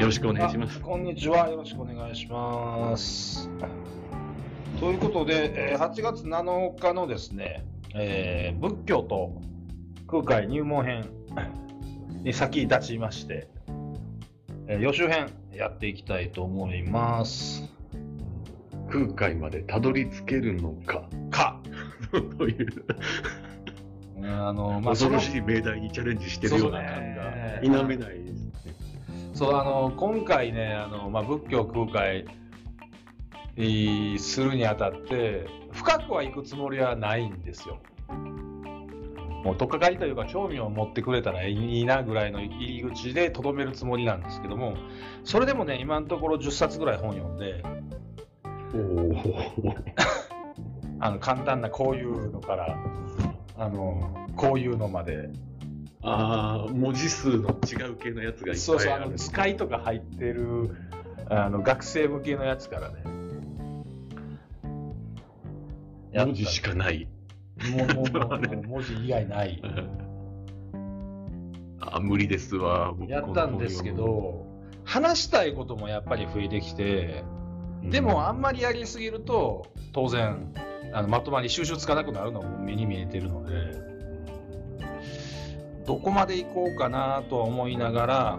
よろしくお願いします。 こんにちは、よろしくお願いします。ということで、8月7日のですね、仏教と空海入門編に先立ちまして、予習編やっていきたいと思います。 空海までたどり着けるのかという恐ろしい命題にチャレンジしてるような感が否めないですね。 今回ね、仏教空海するにあたって深くは行くつもりはないんですよ。もう取っかかりというか興味を持ってくれたらいいなぐらいの入り口でとどめるつもりなんですけども、それでもね、今のところ10冊ぐらい本読んで、簡単なこういうのからこういうのまで、 文字数の違う系のやつがいっぱいある。 使いとか入ってる学生向けのやつからね、 文字しかない。 文字以外ない無理ですわ。 やったんですけど、話したいこともやっぱり増えてきて、でもあんまりやりすぎると当然まとまり収集つかなくなるのも目に見えてるので、どこまで行こうかなとは思いながら、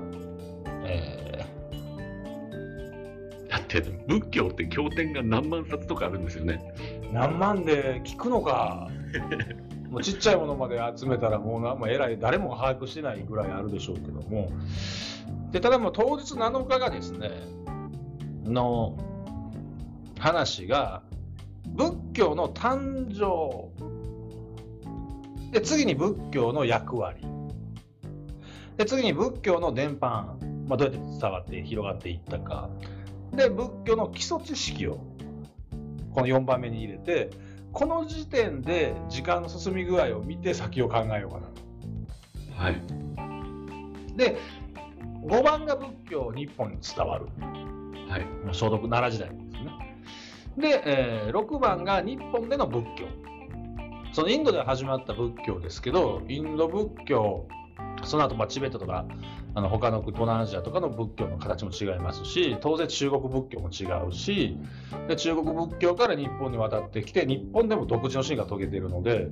だって仏教って経典が何万冊とかあるんですよね。 何万で聞くのかもうちっちゃいものまで集めたらもうえらい誰も把握してないぐらいあるでしょうけども、でただもう当日7日がですねの話が仏教の誕生で、次に仏教の役割で、次に仏教の伝播、どうやって伝わって広がっていったかで、仏教の基礎知識をこの4番目に入れて、この時点で時間の進み具合を見て先を考えようかなと。 はい。 で、5番が仏教日本に伝わる。 はい。 聖徳奈良時代ですね。で、6番が日本での仏教。そのインドで始まった仏教ですけど、インド仏教、その後チベットとか他の東南アジアとかの仏教の形も違いますし、当然中国仏教も違うし、で中国仏教から日本に渡ってきて、日本でも独自の進化を遂げているので、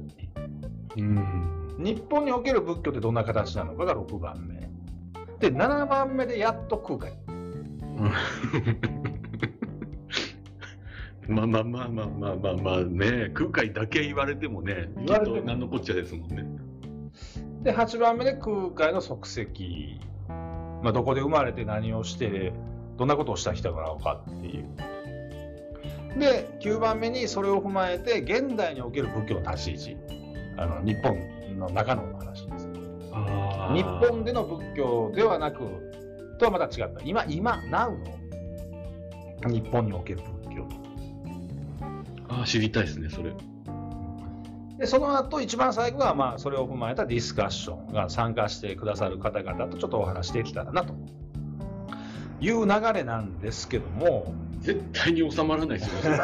日本における仏教ってどんな形なのかが6番目で、7番目でやっと空海。 まあね、空海だけ言われてもね、きっと何のこっちゃですもんね。 で、8番目で空海の足跡、どこで生まれて何をしてどんなことをした人なのかっていう。で、9番目にそれを踏まえて現代における仏教の立ち位置、日本の中の話です。日本での仏教ではなくとはまた違った、今 Now の日本における仏教。 知りたいですね、それ。 でその後一番最後はそれを踏まえたディスカッションが参加してくださる方々とちょっとお話してきたらなという流れなんですけども、 絶対に収まらないですよね。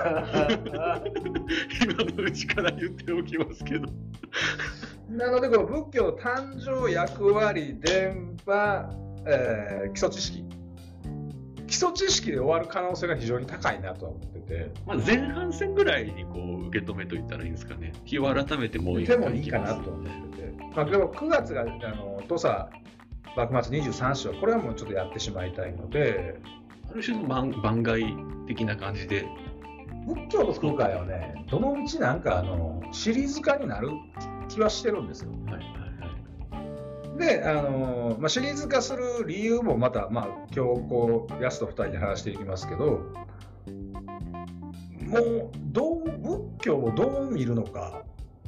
今のうちから言っておきますけど。 なのでこの仏教の誕生、役割、伝播、基礎知識で終わる可能性が非常に高いなとは思ってて、 前半戦ぐらいに受け止めといたらいいんですかね。日を改めてもう一回でもいいかなと思ってて、例えば9月が土佐幕末23章、これはもうちょっとやってしまいたいので、 ある種の番外的な感じで、 仏教と空海はね、どの道なんかシリーズ化になる気はしてるんですよ。で、シリーズ化する理由もまた、今日ヤスと2人で話していきますけど、もう仏教をどう見るのか、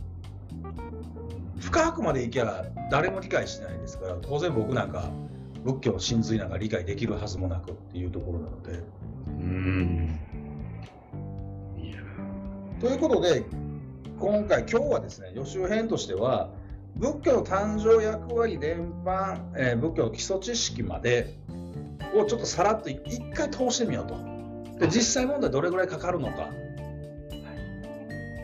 深くまでいきゃ誰も理解しないですから、当然僕なんか仏教の真髄なんか理解できるはずもなくっていうところなので。ということで、今日はですね、予習編としては、仏教の誕生、役割、伝播、仏教の基礎知識までをちょっとさらっと一回通してみようと。で、実際問題どれぐらいかかるのか。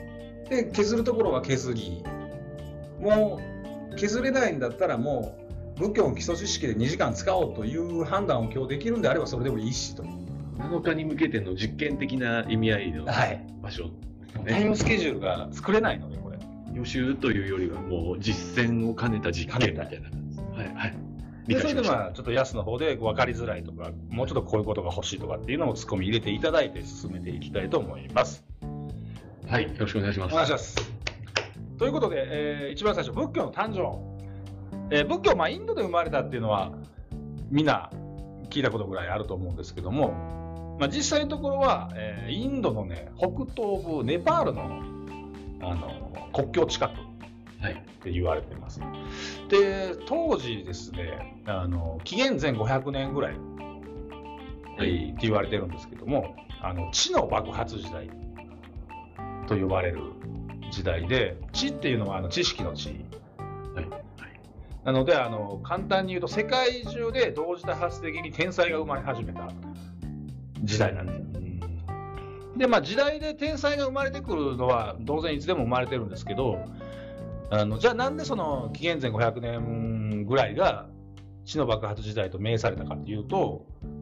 で、削るところは削り、もう削れないんだったらも仏教の基礎知識で2時間使おうという判断を今日できるんであればそれでもいいしと。 7日に向けての実験的な意味合いのはい場所、 タイムスケジュールが作れないのでこれ予習というよりはもう実践を兼ねた実験みたいな感じです。はいはい。 でそれでまあちょっと安の方で分かりづらいとかもうちょっとこういうことが欲しいとかっていうのをツッコミ入れていただいて進めていきたいと思います。 はい、よろしくお願いします。 お願いします。ということで、一番最初仏教の誕生、仏教、インドで生まれたっていうのはみんな聞いたことぐらいあると思うんですけども、実際のところは、インドのね北東部ネパールの、国境近くって言われてます。で当時ですね紀元前500年ぐらい、って言われてるんですけども地の爆発時代と呼ばれる時代で、知っていうのは知識の知、なので簡単に言うと世界中で同時多発的に天才が生まれ始めた時代なんですよ。で時代で天才が生まれてくるのは当然いつでも生まれてるんですけど、じゃあなんでその紀元前500年ぐらいが地の爆発時代と命されたかっていうと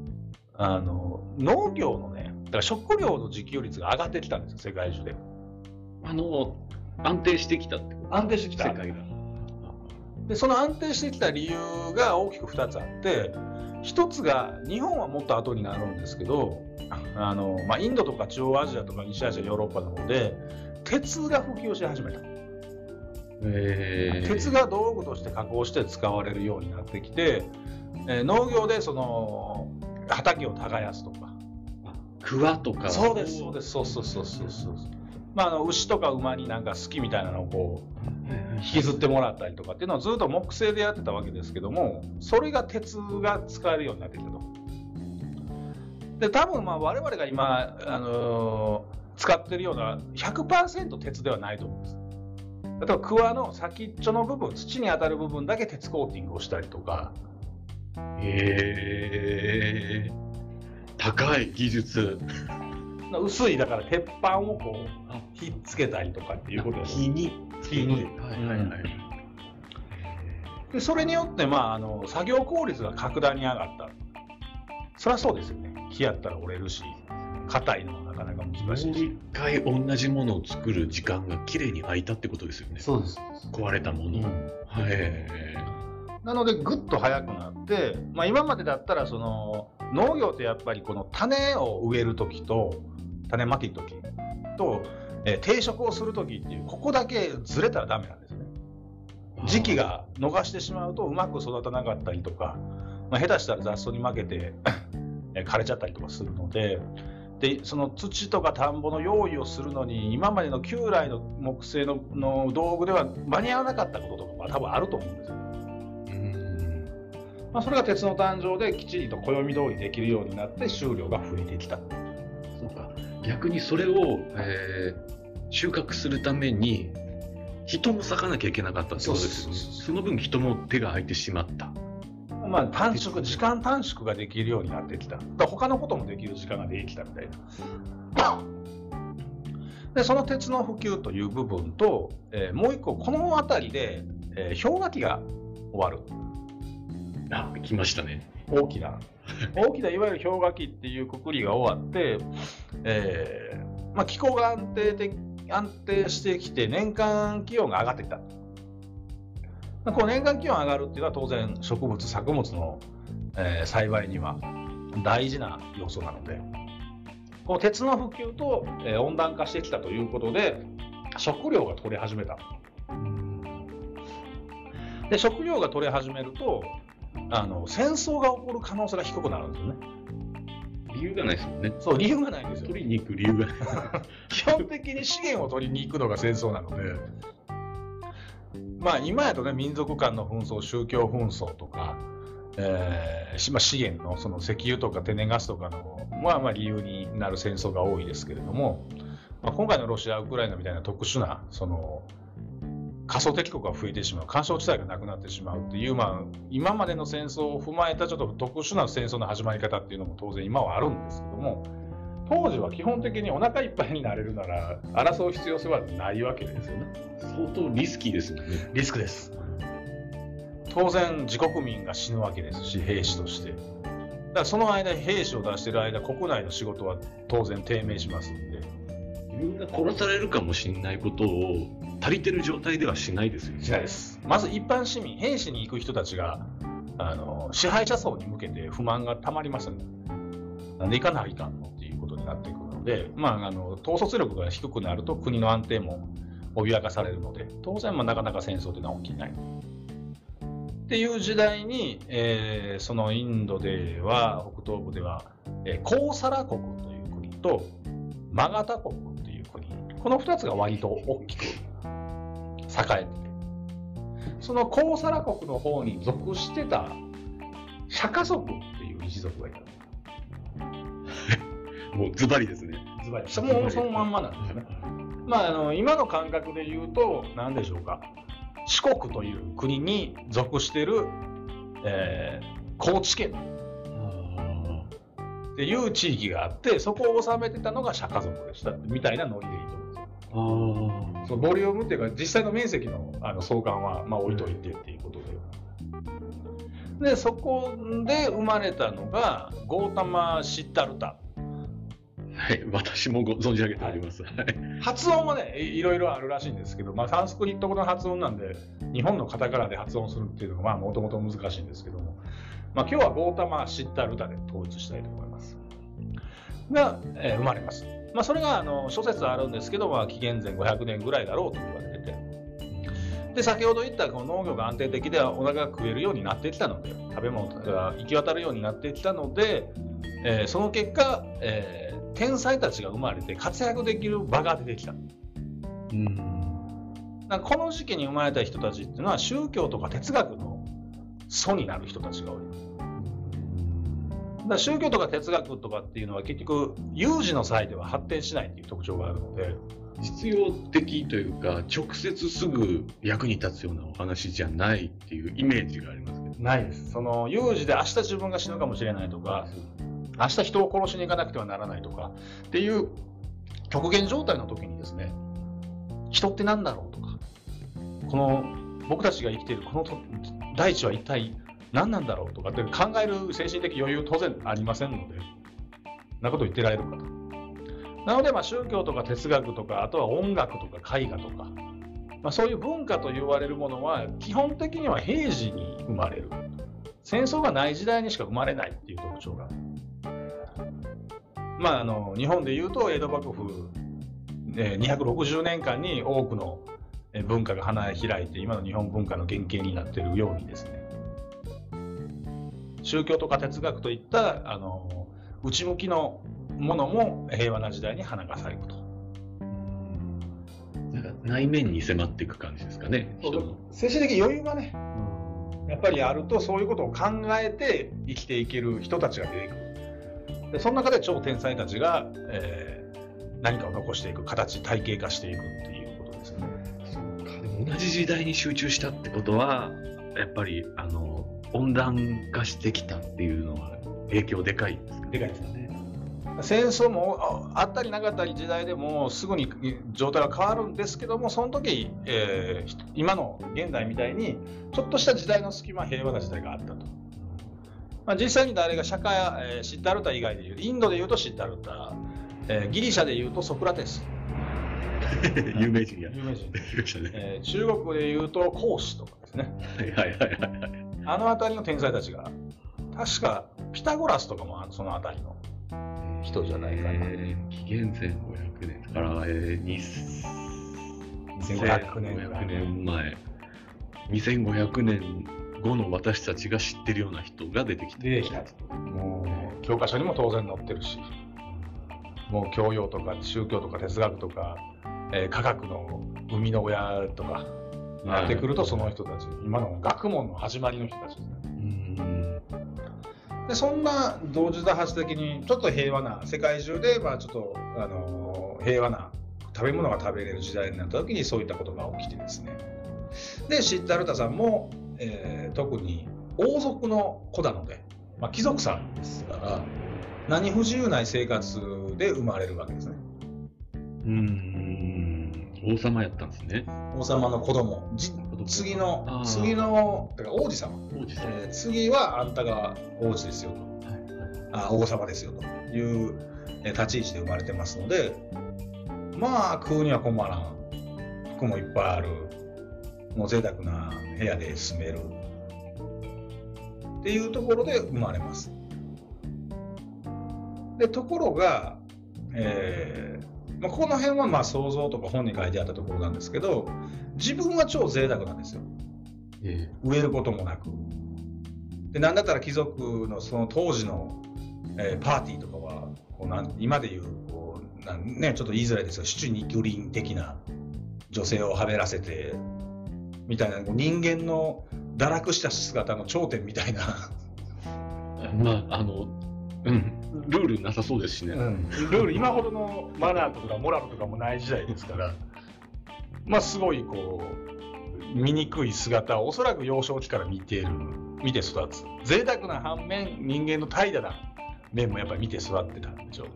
農業のねだから食料の自給率が上がってきたんですよ世界中で。 安定してきたってこと。 安定してきた世界が。でその安定してきた理由が大きく2つあって、1つが日本はもっと後になるんですけどインドとか中央アジアとか西アジアヨーロッパの方で鉄が普及し始めた。鉄が道具として加工して使われるようになってきて、農業でその畑を耕すとか桑とか。 そうですそうです、そうそうそうそうそう。牛とか馬になんか好きみたいなのをこう引きずってもらったりとかっていうのをずっと木製でやってたわけですけども、それが鉄が使えるようになってきたと。で多分我々が今、使ってるような 100% 鉄ではないと思うんです。例えば桑の先っちょの部分、土に当たる部分だけ鉄コーティングをしたりとか。 高い技術。 薄いだから鉄板をこうひっつけたりとかっていうことです。 火に。 でそれによって作業効率が格段に上がった。そりゃそうですよね。火やったら折れるし硬いのはなかなか難しいし。 もう一回同じものを作る時間がきれいに空いたってことですよね。 そうです。 壊れたもの。 なのでぐっと早くなって、今までだったらその農業ってやっぱりこの種を植える時と種まきの時と、定植をする時っていうここだけずれたらダメなんですね。時期が逃してしまうとうまく育たなかったりとか、下手したら雑草に負けて枯れちゃったりとかするので、その土とか田んぼの用意をするのに今までの旧来の木製の道具では間に合わなかったこととか多分あると思うんですよ。それが鉄の誕生できちりと暦通りできるようになって収量が増えてきた。 そうか。逆にそれを、収穫するために人も割かなきゃいけなかったってことですよね。その分人も手が空いてしまった。 時間短縮ができるようになってきた。他のこともできる時間ができたみたいな。でその鉄の普及という部分と、もう一個この辺りで、氷河期が終わる。 来ましたね。 大きないわゆる氷河期っていうくくりが終わって、気候が安定してきて年間気温が上がってきた。この年間気温上がるっていうのは当然植物作物の、栽培には大事な要素なので、この鉄の普及と、温暖化してきたということで食料が取れ始めた。で食料が取れ始めると戦争が起こる可能性が低くなるんですよね。 理由がないですもんね。 そう、理由がないんですよ。 取りに行く理由がない。 基本的に資源を取りに行くのが戦争なので、今やとね民族間の紛争、宗教紛争とか、資源のその石油とか天然ガスとかの理由になる戦争が多いですけれども、今回のロシア・ウクライナみたいな特殊なその仮想敵国が増えてしまう、干渉地帯がなくなってしまうっていう、今までの戦争を踏まえたちょっと特殊な戦争の始まり方っていうのも当然今はあるんですけども、当時は基本的にお腹いっぱいになれるなら争う必要性はないわけですよね。 相当リスキーですよね。 リスクです。 当然自国民が死ぬわけですし、兵士として。だからその間兵士を出している間、国内の仕事は当然低迷しますんで。 自分が殺されるかもしれないことを足りてる状態ではしないですよね。 しないです。まず一般市民、兵士に行く人たちが支配者層に向けて不満がたまりますんで、なんで行かないかんのっていうことになってくるので、統率力が低くなると国の安定も脅かされるので、当然なかなか戦争というのは起きない。っていう時代に、そのインドでは、北東部では、コウサラ国という国とマガタ国という国、この2つが割と大きく栄えてて、そのコウサラ国の方に属してたシャカ族っていう一族がいた。 もうズバリですね。 ズバリ。もうそのまんまなんですね。今の感覚で言うと、何でしょうか。四国という国に属している、高知県っていう地域があって、そこを治めてたのが釈迦族でしたみたいなノリでいいと思うんですよ。そのボリュームっていうか、実際の面積の相関は置いといてっていうことで。で、そこで生まれたのがゴータマ・シッタルタ。 はい、私も存じ上げております。はい、 発音はね、いろいろあるらしいんですけど、サンスクリット語の発音なんで、日本のカタカナで発音するっていうのがもともと難しいんですけども、今日はゴータマ・シッタルタで統一したいと思います。が、生まれます。それが諸説あるんですけど、紀元前500年ぐらいだろうと言われてて、で、先ほど言ったこの農業が安定的でお腹が食えるようになってきたので、食べ物が行き渡るようになってきたので、その結果、天才たちが生まれて活躍できる場が出てきた。この時期に生まれた人たちっていうのは宗教とか哲学の祖になる人たちが多い。だから宗教とか哲学とかっていうのは結局有事の際では発展しないっていう特徴があるので、 実用的というか直接すぐ役に立つようなお話じゃないっていうイメージがありますけど。 ないです。その有事で明日自分が死ぬかもしれないとか、明日人を殺しに行かなくてはならないとかっていう極限状態の時にですね、人って何だろうとか、この僕たちが生きているこの大地は一体何なんだろうとかって考える精神的余裕当然ありませんので、なこと言ってられるかと。なので宗教とか哲学とか、あとは音楽とか絵画とか、そういう文化と言われるものは基本的には平時に生まれる。戦争がない時代にしか生まれないっていう特徴がある。日本でいうと江戸幕府260年間に多くの文化が花開いて今の日本文化の原型になっているようにですね、宗教とか哲学といった内向きのものも平和な時代に花が咲くと。 なんか内面に迫っていく感じですかね。 精神的余裕がね、やっぱりあるとそういうことを考えて生きていける人たちが出てくる。でその中で超天才たちが、何かを残していく形、体系化していくっていうことですよね。 そうか。でも同じ時代に集中したってことはやっぱり温暖化してきたっていうのは影響でかいですかね。 でかいですよね。戦争もあったりなかったり時代でもすぐに状態は変わるんですけども、その時、今の現代みたいにちょっとした時代の隙間、平和な時代があったと。実際に誰がシッタルタ以外でいう、インドでいうとシッタルタ、ギリシャでいうとソクラテス有名人や有名人、中国でいうと孔子とかですね。あの辺りの天才たちが、確かピタゴラスとかもその辺りの人じゃないかな。 紀元前500年だから 2500年前、2500年後の私たちが知ってるような人が出てきて、 もう教科書にも当然載ってるし、もう教養とか宗教とか哲学とか、科学の生みの親とかなってくると、その人たち、今の学問の始まりの人たちですね。でそんな同時多発的にちょっと平和な世界中で、ちょっと平和な食べ物が食べれる時代になった時にそういったことが起きてですね。でシッタルタさんも、特に王族の子なので、貴族さんですから何不自由ない生活で生まれるわけですね。 王様やったんですね。 王様の子供次のだから王子様、次はあんたが王子ですよと、王様ですよという立ち位置で生まれてますので、まあ食うには困らん、服もいっぱいある、もう贅沢な部屋で住めるっていうところで生まれます。でところが、ここの辺はまあ想像とか本に書いてあったところなんですけど、自分は超贅沢なんですよ。飢えることもなく。でなんだったら貴族のその当時の、パーティーとかはこう今でいうこうちょっと言いづらいですが、シチュニクリン的な女性をはべらせてみたいな、人間の堕落した姿の頂点みたいなルールなさそうですしね、 ルール今ほどのマナーとかモラルとかもない時代ですから、まあすごいこう醜い姿をおそらく幼少期から見て育つ、贅沢な反面人間の怠惰な面もやっぱり見て育ってたんでしょう。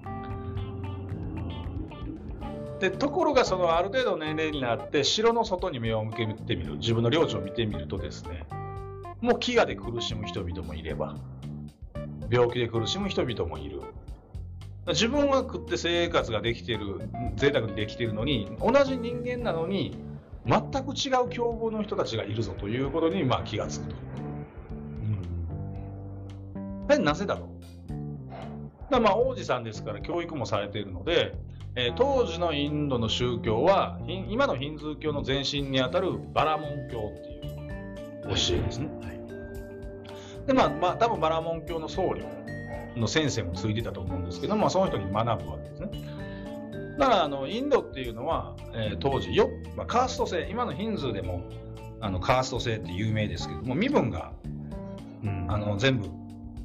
でところがそのある程度年齢になって城の外に目を向けてみる、自分の領地を見てみるとですね、もう飢餓で苦しむ人々もいれば病気で苦しむ人々もいる。自分は食って生活ができてる、贅沢にできてるのに、同じ人間なのに全く違う境遇の人たちがいるぞということに気がつくと。なぜだろう。王子さんですから教育もされているので、当時のインドの宗教は今のヒンズー教の前身にあたるバラモン教っていう教えですね。で多分バラモン教の僧侶の先生もついてたと思うんですけど、その人に学ぶわけですね。だからインドっていうのは、当時カースト制、今のヒンズーでもカースト制って有名ですけども、身分が、全部、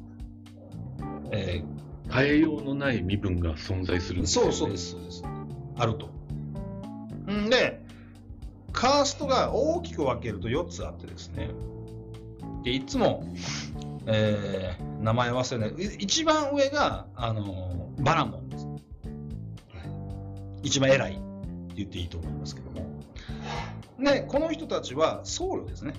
変えようのない身分が存在するんですよね。 そうですあると。でカーストが大きく分けると4つあってですね、でいつも、名前忘れない、一番上がバラモンです。一番偉いって言っていいと思いますけども、でこの人たちは僧侶ですね。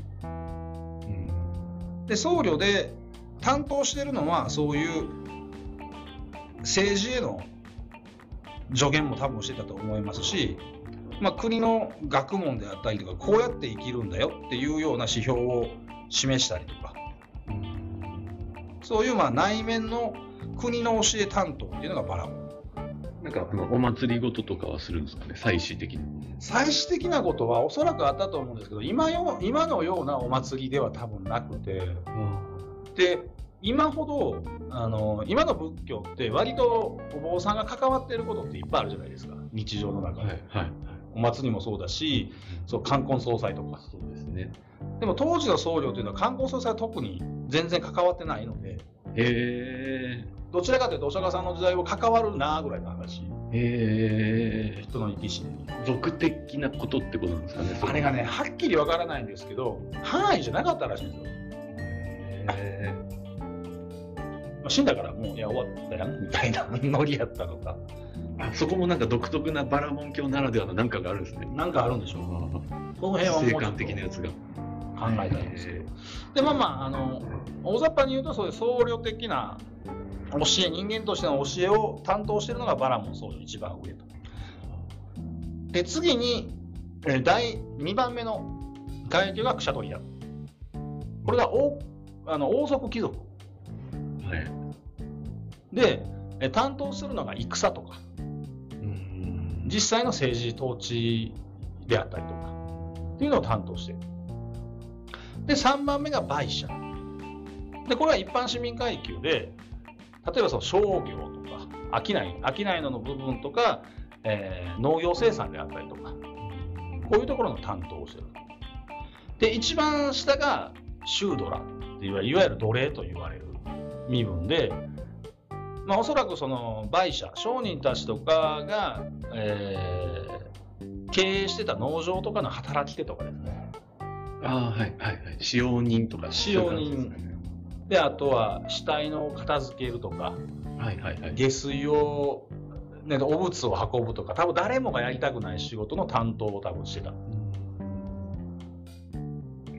で僧侶で担当しているのはそういう政治への助言も多分してたと思いますし、国の学問であったりとか、こうやって生きるんだよっていうような指標を示したりとか、そういう内面の国の教え担当っていうのがバラモン。 なんかお祭りごととかはするんですかね、祭祀的な。 祭祀的なことはおそらくあったと思うんですけど、今のようなお祭りでは多分なくて、で今ほど今の仏教って割とお坊さんが関わっていることっていっぱいあるじゃないですか、日常の中で。お祭りもそうだし、冠婚葬祭とか。 そうですね。 でも当時の僧侶というのは冠婚葬祭は特に全然関わってないので、どちらかというとお釈迦さんの時代を関わるなぐらいの話。人の生き死に俗的なことってことなんですかね。 あれがねはっきりわからないんですけど、範囲じゃなかったらしいんですよ。死んだからもう終わったやんみたいなノリやったのか。 そこもなんか独特なバラモン教ならではの何かがあるんですね。 なんかあるんでしょう。この辺は生観的なやつが考えたいんですけど、で大雑把に言うとそういう僧侶的な教え、人間としての教えを担当しているのがバラモン僧侶、一番上と。で次に第2番目の階級がクシャトリア。これが王族貴族。で担当するのが戦とか、実際の政治統治であったりとかっていうのを担当している。で3番目が売者で、これは一般市民階級で、例えば商業とか商いの部分とか、農業生産であったりとか、こういうところの担当をしている。で一番下がシュードラっていわゆる奴隷と言われる身分で、おそらくその売者、商人たちとかが、経営してた農場とかの働き手とかですね。 使用人とか。 使用人で、あとは死体の片付けるとか、下水を、お物を運ぶとか、多分誰もがやりたくない仕事の担当を多分してた。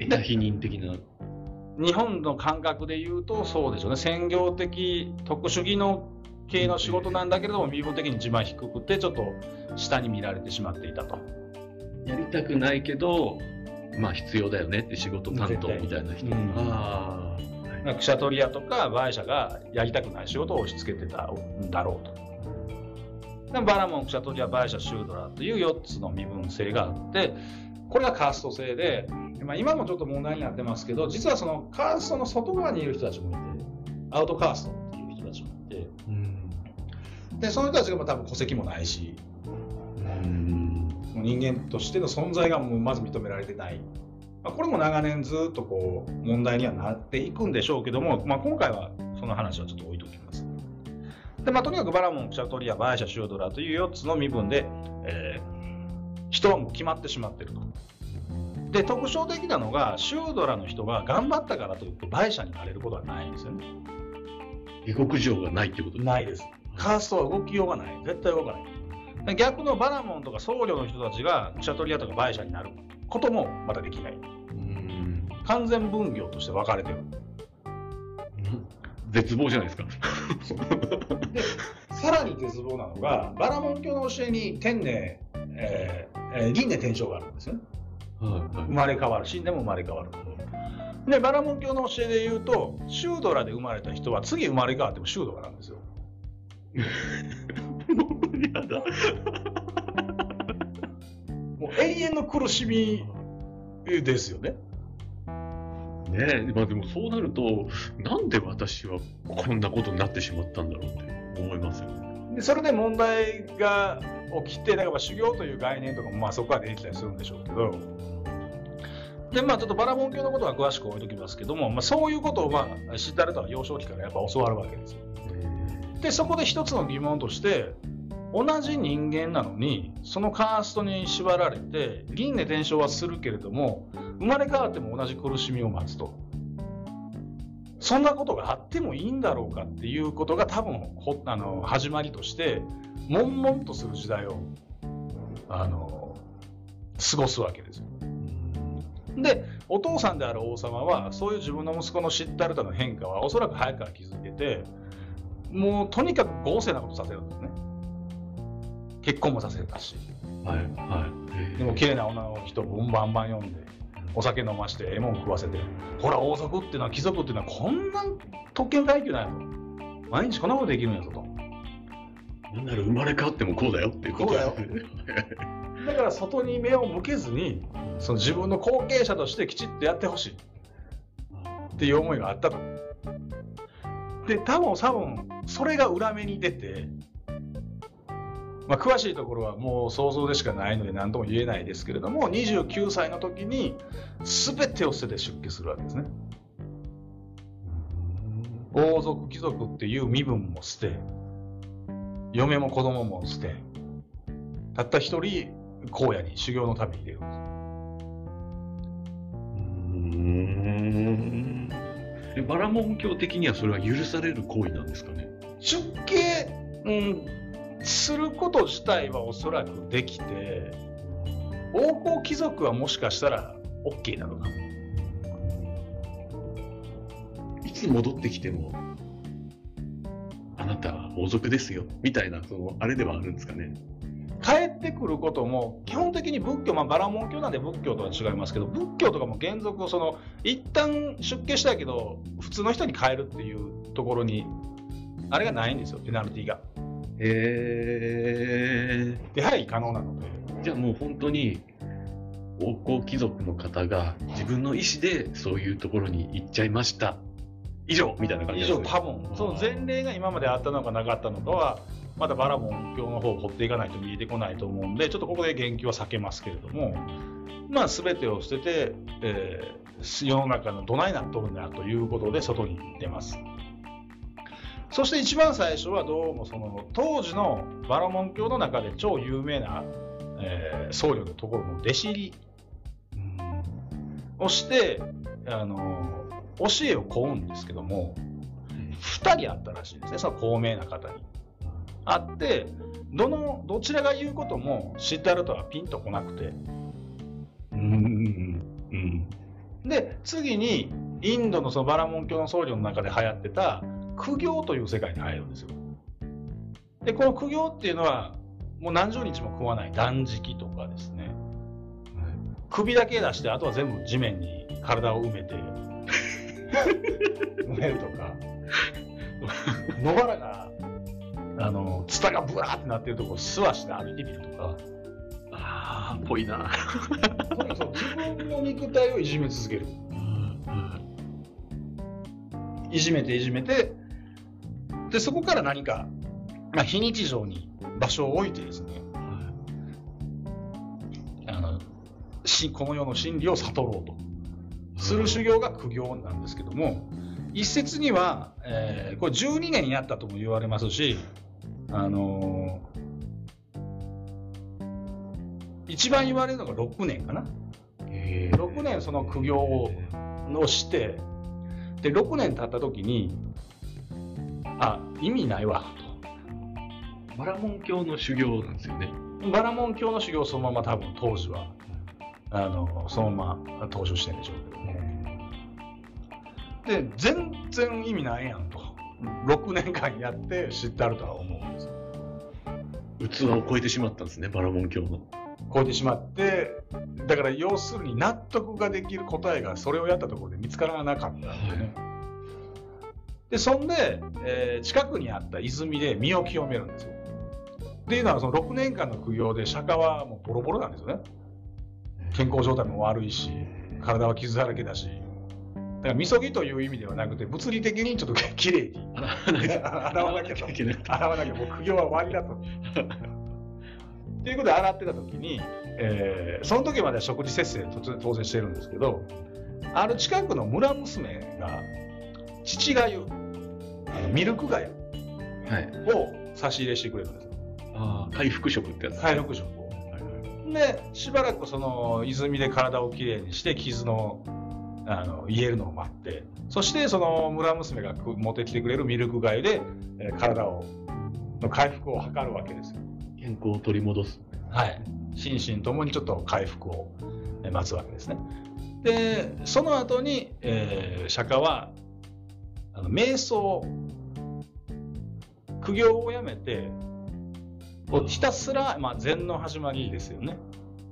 他否認的な。 日本の感覚で言うとそうでしょうね。専業的特殊技能系の仕事なんだけれども、身分的に一番低くてちょっと下に見られてしまっていたと。 やりたくないけど、まあ必要だよねって仕事担当みたいな人。ああ、くしゃ取り屋とかバイ社がやりたくない仕事を押し付けてたんだろうと。でバラモン、くしゃ取り屋、バイ社、シュードラという4つの身分制があって、これがカースト制で、今もちょっと問題になってますけど、実はそのカーストの外側にいる人たちもいて、アウトカーストっていう人たちもいて、でその人たちが多分戸籍もないし、人間としての存在がもうまず認められてない。これも長年ずっとこう問題にはなっていくんでしょうけども、今回はその話はちょっと置いときます。でとにかくバラモン、くしゃ取り屋、バイシャ、シュードラという4つの身分で、人はもう決まってしまっていると。で特徴的なのが、シュードラの人が頑張ったからといってバイシャになれることはないんですよね。 下克上がないってことですか？ ないです。カーストは動きようがない。絶対動かない。逆のバラモンとか僧侶の人たちがクシャトリアとかバイシャになることもまたできない。完全分業として分かれてる。 絶望じゃないですか。 でさらに絶望なのが、バラモン教の教えに輪廻転生があるんですよね。生まれ変わる、死んでも生まれ変わる。でバラモン教の教えで言うと、シュードラで生まれた人は次生まれ変わってもシュードラなんですよ。 やだ。 もう永遠の苦しみですよね。 ねえ、でもそうなると、なんで私はこんなことになってしまったんだろうって思いますよね。 でそれで問題が起きて、だから修行という概念とかもそこは出てきたりするんでしょうけど、でちょっとバラモン教のことは詳しく置いときますけども、そういうことをシッダルタは幼少期からやっぱ教わるわけですよ。でそこで一つの疑問として、同じ人間なのにそのカーストに縛られて輪廻転生はするけれども、生まれ変わっても同じ苦しみを待つと、そんなことがあってもいいんだろうかっていうことが多分始まりとして悶々とする時代を過ごすわけですよ。でお父さんである王様はそういう自分の息子のシッダルタの変化はおそらく早くから気づいてて、もうとにかく豪勢なことさせるんですね。結婚もさせたし、でも綺麗な女の人をバンバン呼んでお酒飲ましてええもん食わせて、ほら王族っていうのは貴族っていうのはこんな特権階級なんやと、毎日こんなことできるんやぞと。 なんなら生まれ変わってもこうだよっていうことだよ。 だから外に目を向けずに、その自分の後継者としてきちっとやってほしいっていう思いがあったと。で多分それが裏目に出て、詳しいところはもう想像でしかないので何とも言えないですけれども、29歳の時に全てを捨てて出家するわけですね。王族貴族っていう身分も捨て、嫁も子供も捨て、たった一人荒野に修行の旅に出るんです。 バラモン教的にはそれは許される行為なんですかね？ 出家、すること自体はおそらくできて、王侯貴族はもしかしたら OK なのかも。 いつ戻ってきてもあなたは王族ですよみたいな、あれではあるんですかね？ 帰ってくることも基本的に仏教、バラモン教なんで仏教とは違いますけど、仏教とかも原則一旦出家したけど普通の人に帰るっていうところにあれがないんですよ、ペナルティが。出入り可能なので。 じゃあもう本当に王侯貴族の方が自分の意思でそういうところに行っちゃいました以上みたいな感じですね。 以上、多分その前例が今まであったのかなかったのかはまだバラモン教の方を掘っていかないと見えてこないと思うんで、ちょっとここで言及は避けますけれども、全てを捨てて、世の中のどないなっとるんだということで外に出ます。そして一番最初はどうも当時のバラモン教の中で超有名な、僧侶のところの弟子入りをして教えを請うんですけども、2人あったらしいんですね、その高名な方に。あってどちらが言うこともシッダルタはピンとこなくて、 で次にインドのそのバラモン教の僧侶の中で流行ってた苦行という世界に入るんですよ。でこの苦行っていうのはもう何十日も食わない断食とかですね、首だけ出してあとは全部地面に体を埋めて埋めるとか、野原がツタがブワーってなってるところを素足で歩いてみるとか、 ああ、ぽいな。 とにかく自分の肉体をいじめ続ける。いじめていじめて、でそこから何か、非日常に場所を置いてですね、この世の真理を悟ろうとする修行が苦行なんですけども、一説には、これ12年やったとも言われますし、一番言われるのが6年かな。6年その苦行をして、で6年経った時に意味ないわと。 バラモン教の修行なんですよね。 バラモン教の修行をそのまま多分当時はそのまま踏襲してるんでしょうけどね。で全然意味ないやんと6年間やって知ってあるとは思うんです。 器を超えてしまったんですね、バラモン教の。 超えてしまって、だから要するに納得ができる答えがそれをやったところで見つからなかったんでね。でそんで、近くにあった泉で身を清めるんですよ。っていうのはその6年間の苦行で釈迦はもうボロボロなんですよね。健康状態も悪いし、体は傷だらけだし、だからみそぎという意味ではなくて物理的にちょっときれいに洗わなきゃもう苦行は終わりだと。ということで洗ってた時に、その時までは食事節制当然してるんですけど、ある近くの村娘が乳がゆ、ミルクがゆを差し入れしてくれるんですよ。 回復食ってやつ。 回復食を。でしばらくその泉で体をきれいにして傷の癒えるのを待って、そしてその村娘が持ってきてくれるミルクがゆで、体の回復を図るわけですよ。 健康を取り戻す。 はい、心身ともにちょっと回復を待つわけですね。でその後に、釈迦は瞑想苦行をやめてひたすら、禅の始まりですよね。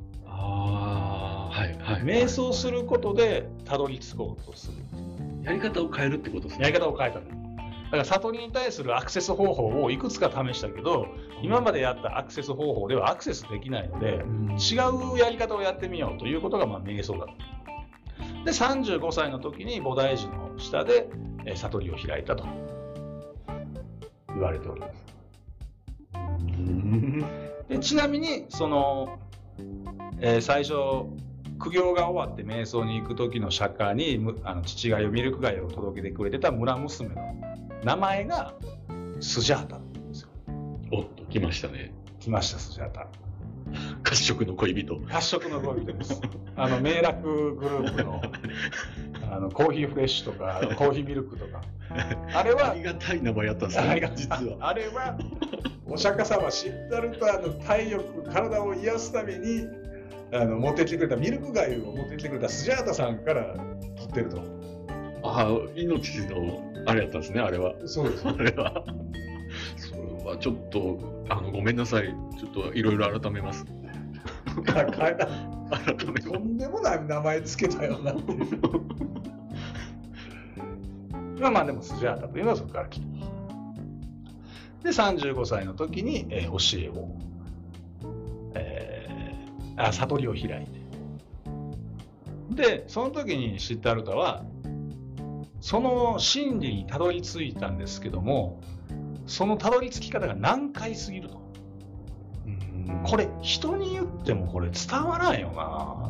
瞑想することでたどり着こうとする。 やり方を変えるってことですね。 やり方を変えた。だから悟りに対するアクセス方法をいくつか試したけど、今までやったアクセス方法ではアクセスできないので、違うやり方をやってみようということが瞑想だった。で35歳の時に菩提寺の下で悟りを開いたと言われております。でちなみにその、最初苦行が終わって瞑想に行く時の釈迦に乳がゆミルクがゆを届けてくれてた村娘の名前がスジャータなんですよ。 おっと来ましたね。 来ました、スジャータ。 褐色の恋人。 褐色の恋人です。明楽グループのコーヒーフレッシュとかコーヒーミルクとか、あれはありがたい名前やったんですね。実はあれはお釈迦様シッダルタの体力、体を癒すために持ってきてくれたミルクがゆを持ってきてくれたスジャータさんから取ってると。 命のあれやったんですね、あれは。 そうです。 あれはそれはちょっとごめんなさい、ちょっといろいろ改めます。 改めとんでもない名前つけたよなっていう。でもスジャータというのはそこから来て、で35歳の時に、教えを、悟りを開いて、でその時にシッダルタはその真理にたどり着いたんですけども、そのたどり着き方が難解すぎると。これ人に言ってもこれ伝わらんよな。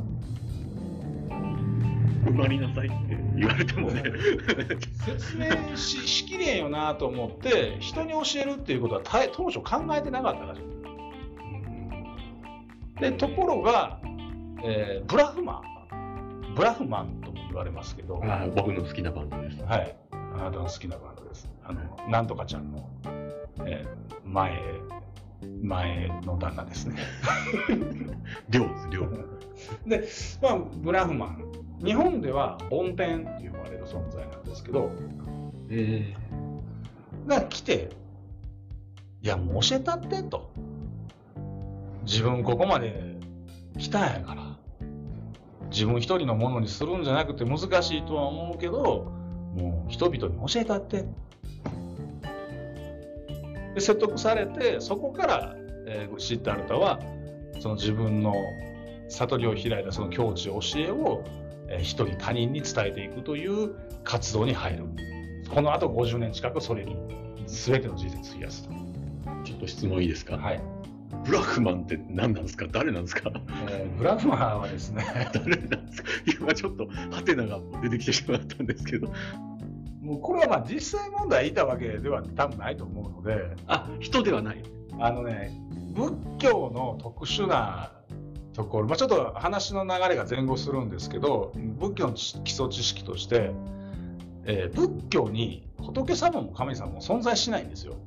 生まれなさいって言われてもね説明 しきれんよなと思って人に教えるっていうことは当初考えてなかったらしい。でところが、ブラフマンとも言われますけど、 僕の好きなバンドです。 はい、あなたの好きなバンドです。なんとかちゃんの、前の旦那ですね。 寮です。 で、ブラフマン日本では梵天って呼ばれる存在なんですけど、が来て、いやもう教えたってと、自分ここまで来たんやから自分一人のものにするんじゃなくて難しいとは思うけど、もう人々に教えたって。で説得されて、そこから、シッダルタはその自分の悟りを開いたその境地教えを、一人他人に伝えていくという活動に入る。この後50年近くそれに全ての人生費やすと。 ちょっと質問いいですか？ はい。 ブラフマンって何なんですか？誰なんですか？ ブラフマンはですね誰なんですか？今ちょっとハテナが出てきてしまったんですけど。 もうこれはまあ実際問題いたわけでは多分ないと思うので。 人ではない。 仏教の特殊なところ、ちょっと話の流れが前後するんですけど、仏教の基礎知識として、仏教に仏様も神様も存在しないんですよ。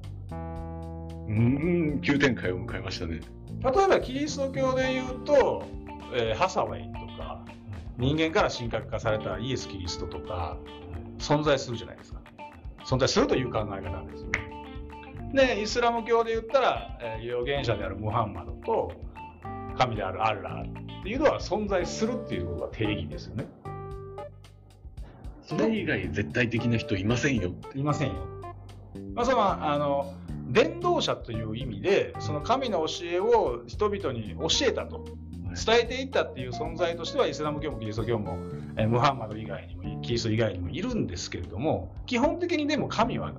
急展開を迎えましたね。 例えばキリスト教でいうと、ハサウェイとか人間から神格化されたイエス・キリストとか存在するじゃないですか。存在するという考え方なんですよ。でイスラム教で言ったら、預言者であるムハンマドと神であるアッラーっていうのは存在するっていうことが定義ですよね。 それ以外絶対的な人いませんよ。 いませんよ。その伝道者という意味でその神の教えを人々に教えたと伝えていったっていう存在としてはイスラム教もキリスト教も、ムハンマド以外にもキリスト以外にもいるんですけれども、基本的にでも神は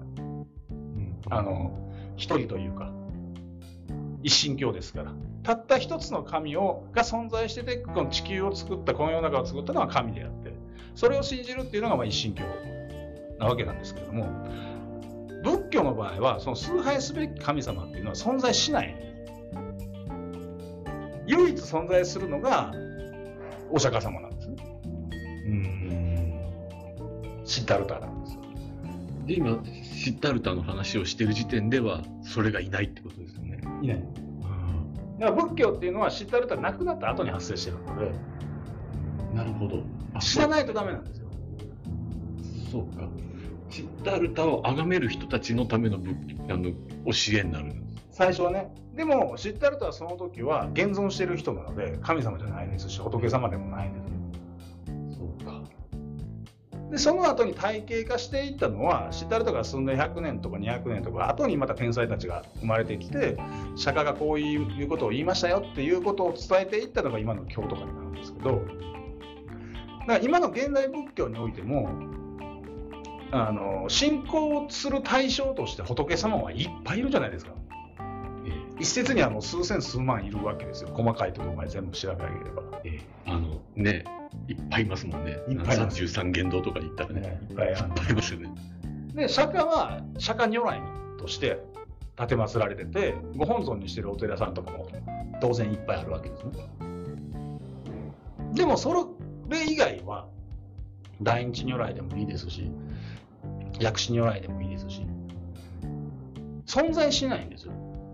一人というか一神教ですから、たった一つの神が存在してて、この地球を作った、この世の中を作ったのは神であって、それを信じるっていうのが一神教なわけなんですけれども、仏教の場合はその崇拝すべき神様っていうのは存在しない。唯一存在するのがお釈迦様なんですね。シッダルタなんですよ。 で今シッダルタの話をしている時点ではそれがいないってことですよね。 いない。だから仏教っていうのはシッダルタが亡くなった後に発生してるので。 なるほど。 知らないとダメなんですよ。 そうか。シッダルタを崇める人たちのための教えになるんです。 最初はね。でもシッダルタはその時は現存している人なので神様じゃないですし仏様でもないんです。 そうか。 でその後に体系化していったのはシッダルタが住んで100年とか200年とか後にまた天才たちが生まれてきて、釈迦がこういうことを言いましたよっていうことを伝えていったのが今の教とかになるんですけど、だから今の現代仏教においても信仰する対象として仏様はいっぱいいるじゃないですか。一説にはもう数千数万いるわけですよ。細かいところまで全部調べ上げれば。 いっぱいいますもんね。 いっぱいいます。 33元堂とか行ったらね。いっぱいいますよね。 で、釈迦は釈迦如来として奉られてて、ご本尊にしてるお寺さんとかも当然いっぱいあるわけですね。でもそれ以外は大日如来でもいいですし、薬師如来でもいいですし、存在しないんですよ。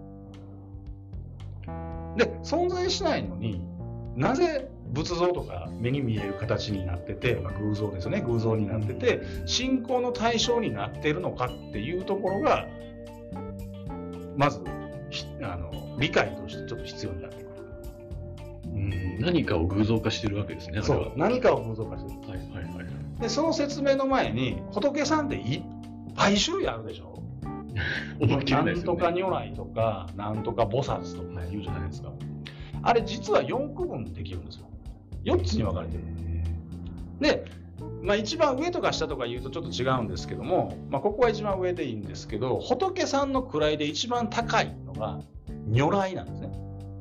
で、存在しないのになぜ仏像とか目に見える形になってて、偶像ですよね、偶像になってて信仰の対象になっているのかっていうところがまず理解としてちょっと必要になってくる。 何かを偶像化してるわけですね。 そう、何かを偶像化してる。でその説明の前に仏さんっていっぱい種類あるでしょ。なんとか如来とかなんとか菩薩とか言うじゃないですか。あれ実は4区分できるんですよ。4つに分かれてる。で、一番上とか下とか言うとちょっと違うんですけども、ここは一番上でいいんですけど、仏さんの位で一番高いのが如来なんですね。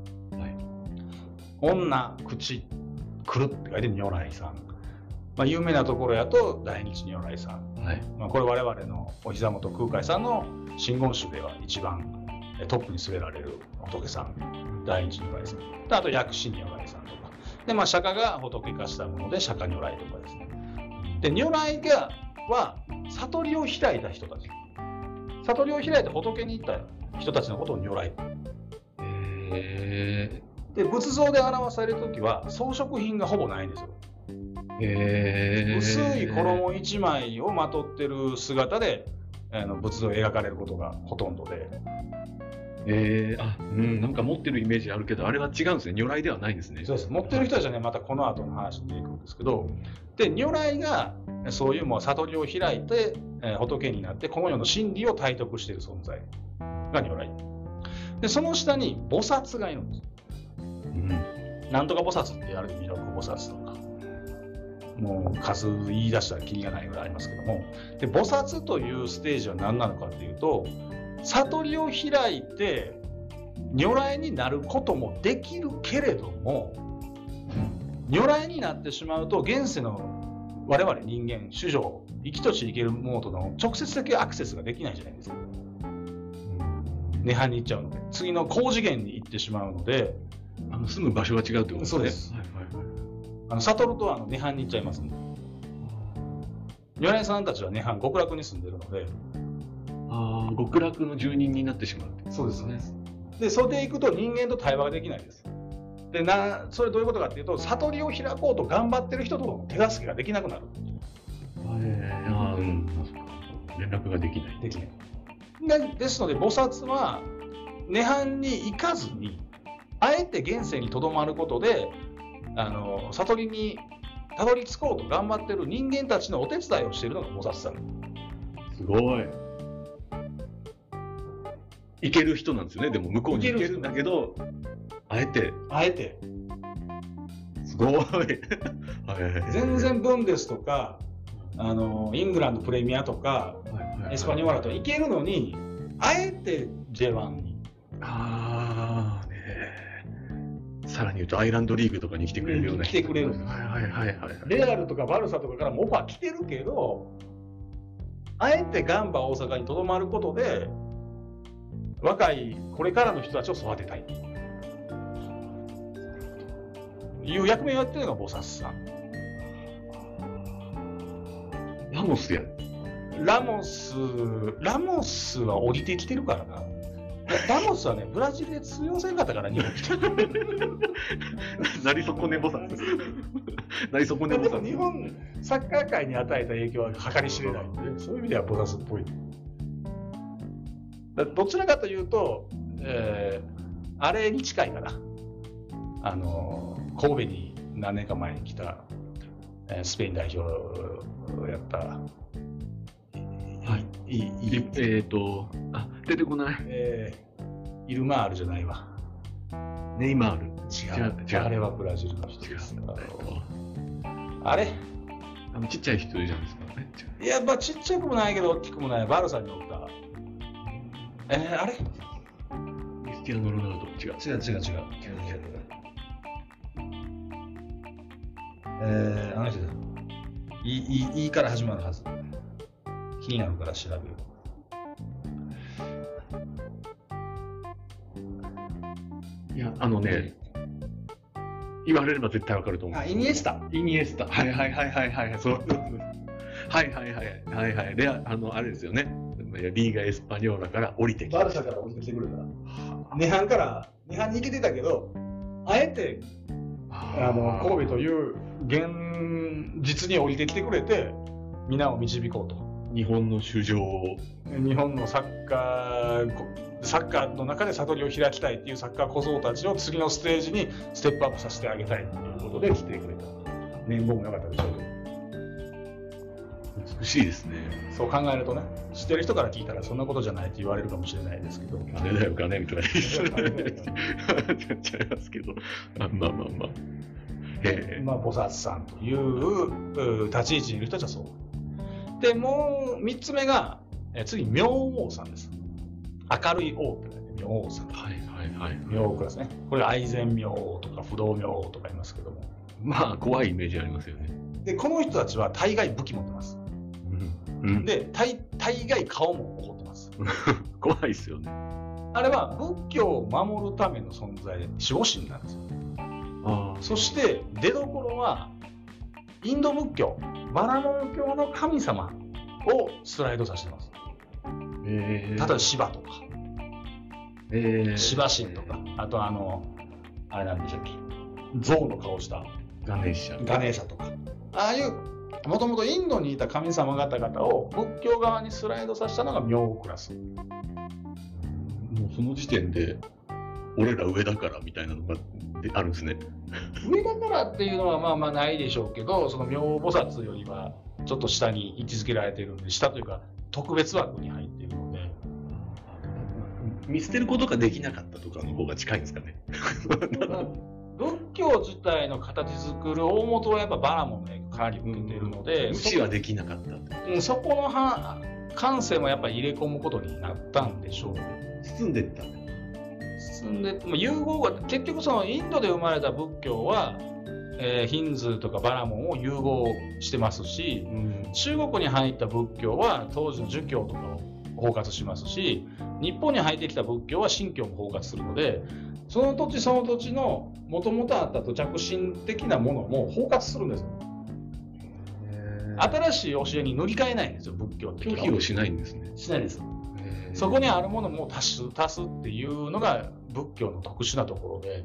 女、口、来るって書いて如来さん。有名なところやと大日如来さん。これ我々のお膝元空海さんの真言宗では一番トップに据えられる仏さん、大日如来さん。あと薬師如来さんとか。で、釈迦が仏化したもので釈迦如来とかですね。で、如来は悟りを開いた人たち。悟りを開いて仏に行った人たちのことを如来。で、仏像で表されるときは装飾品がほぼないんですよ。 薄い衣一枚をまとってる姿で仏像を描かれることがほとんどで。 なんか持ってるイメージあるけど、あれは違うんですね。如来ではないんですね。 そうです。持ってる人たちはね、またこの後の話に出てくるんですけど、で、如来がそういうもう悟りを開いて、仏になってこの世の真理を体得している存在が如来で、その下に菩薩がいるんです。なんとか菩薩ってある意味弥勒菩薩とか、もう数言い出したらキリがないぐらいありますけども、で菩薩というステージは何なのかっていうと、悟りを開いて如来になることもできるけれども、如来になってしまうと現世の我々人間衆生生きとし生けるものとの直接的アクセスができないじゃないですか。涅槃に行っちゃうので、次の高次元に行ってしまうので、 住む場所が違うってことですね。 そうです。悟ると涅槃に行っちゃいますんで、如来さんたちは涅槃極楽に住んでるので、 極楽の住人になってしまうって。 そうですね。でそれでいくと人間と対話ができないです。でそれどういうことかっていうと、悟りを開こうと頑張ってる人との手助けができなくなる。 連絡ができない。 ですので菩薩は涅槃に行かずに、あえて現世にとどまることで悟りにたどり着こうと頑張ってる人間たちのお手伝いをしているのが菩薩さん。 すごい。行ける人なんですよね。でも向こうに行けるんだけど、あえてすごい全然ブンデスとかイングランドプレミアとかエスパニョーラと行けるのに、あえて J1 にさらに言うとアイランドリーグとかに来てくれるような人、来てくれる。レアルとかバルサとかからもオファー来てるけど、あえてガンバ大阪にとどまることで若いこれからの人たちを育てたいという役目をやってるのが菩薩さん。 ラモスや。 ラモスは降りてきてるからな。ラモスはね、ブラジルで通用せんかったから日本来てる。 なり損ね菩薩。なり損ね菩薩。 でも日本サッカー界に与えた影響は計り知れないので、そういう意味では菩薩っぽい。どちらかというと、あれに近いかな。神戸に何年か前に来た、スペイン代表をやった、 出てこない。 イルマールじゃないわ。 ネイマール。 違う。あれはブラジルの人です。あれちっちゃい人いるじゃないですか。 いや、まあ、ちっちゃくもないけど大きくもない。バルサにおった。あれクリスティアーノ・ロナウド。違う。 あの人だ。いいから始まるはず。気になるから調べる。 いや、言われれば絶対わかると思う。 イニエスタ。 はい。そう。はい。で、あれですよね。リーガエスパニョーラから降りてきた。 バルサから降りてきてくれた。涅槃に行けてたけど、あえて神戸という現実に降りてきてくれて、皆を導こうと。 日本の主情を。 日本のサッカーの中で悟りを開きたいっていうサッカー小僧たちを次のステージにステップアップさせてあげたいということで来てくれた。年俸も良かったでしょうけど。 美しいですね。 そう考えるとね、知ってる人から聞いたらそんなことじゃないって言われるかもしれないですけど。 金だよ金みたいな言っちゃいますけど、まあ。 菩薩さんという立ち位置にいる人たちはそう。でもう3つ目が次明王さんです。明るい王って明王さん。明王クラスね。これ愛染明王とか不動明王とか言いますけども。 まあ怖いイメージありますよね。 でこの人たちは大概武器持ってます。で大概顔も怒ってます。 怖いですよね。 あれは仏教を守るための存在で守護神なんですよ。そして出どころはインド仏教バラモン教の神様をスライドさせてます。例えばシバとか、シバ神とか、あとあれなんでしたっけ、象の顔したガネーシャとか、 ああいうもともとインドにいた神様方々を仏教側にスライドさせたのが明王クラス。 もうその時点で俺ら上だからみたいなのがあるんですね。 上だからっていうのはまあまあないでしょうけど、その明王菩薩よりはちょっと下に位置づけられているので、下というか特別枠に入っているので、 見捨てることができなかったとかの方が近いんですかね。 仏教自体の形作る大元はやっぱバラモンの影響かなり受けているので、 無視はできなかったってそこの感性もやっぱり入れ込むことになったんでしょう。 包んでった。 進んで融合が結局そのインドで生まれた仏教は、ヒンズーとかバラモンを融合してますし、中国に入った仏教は当時の儒教とかを包括しますし、日本に入ってきた仏教は神教も包括するので、その土地その土地のもともとあった土着心的なものも包括するんですよ。新しい教えに塗り替えないんですよ、仏教って。 拒否をしないんですね。 しないです。そこにあるものも足すっていうのが仏教の特殊なところで、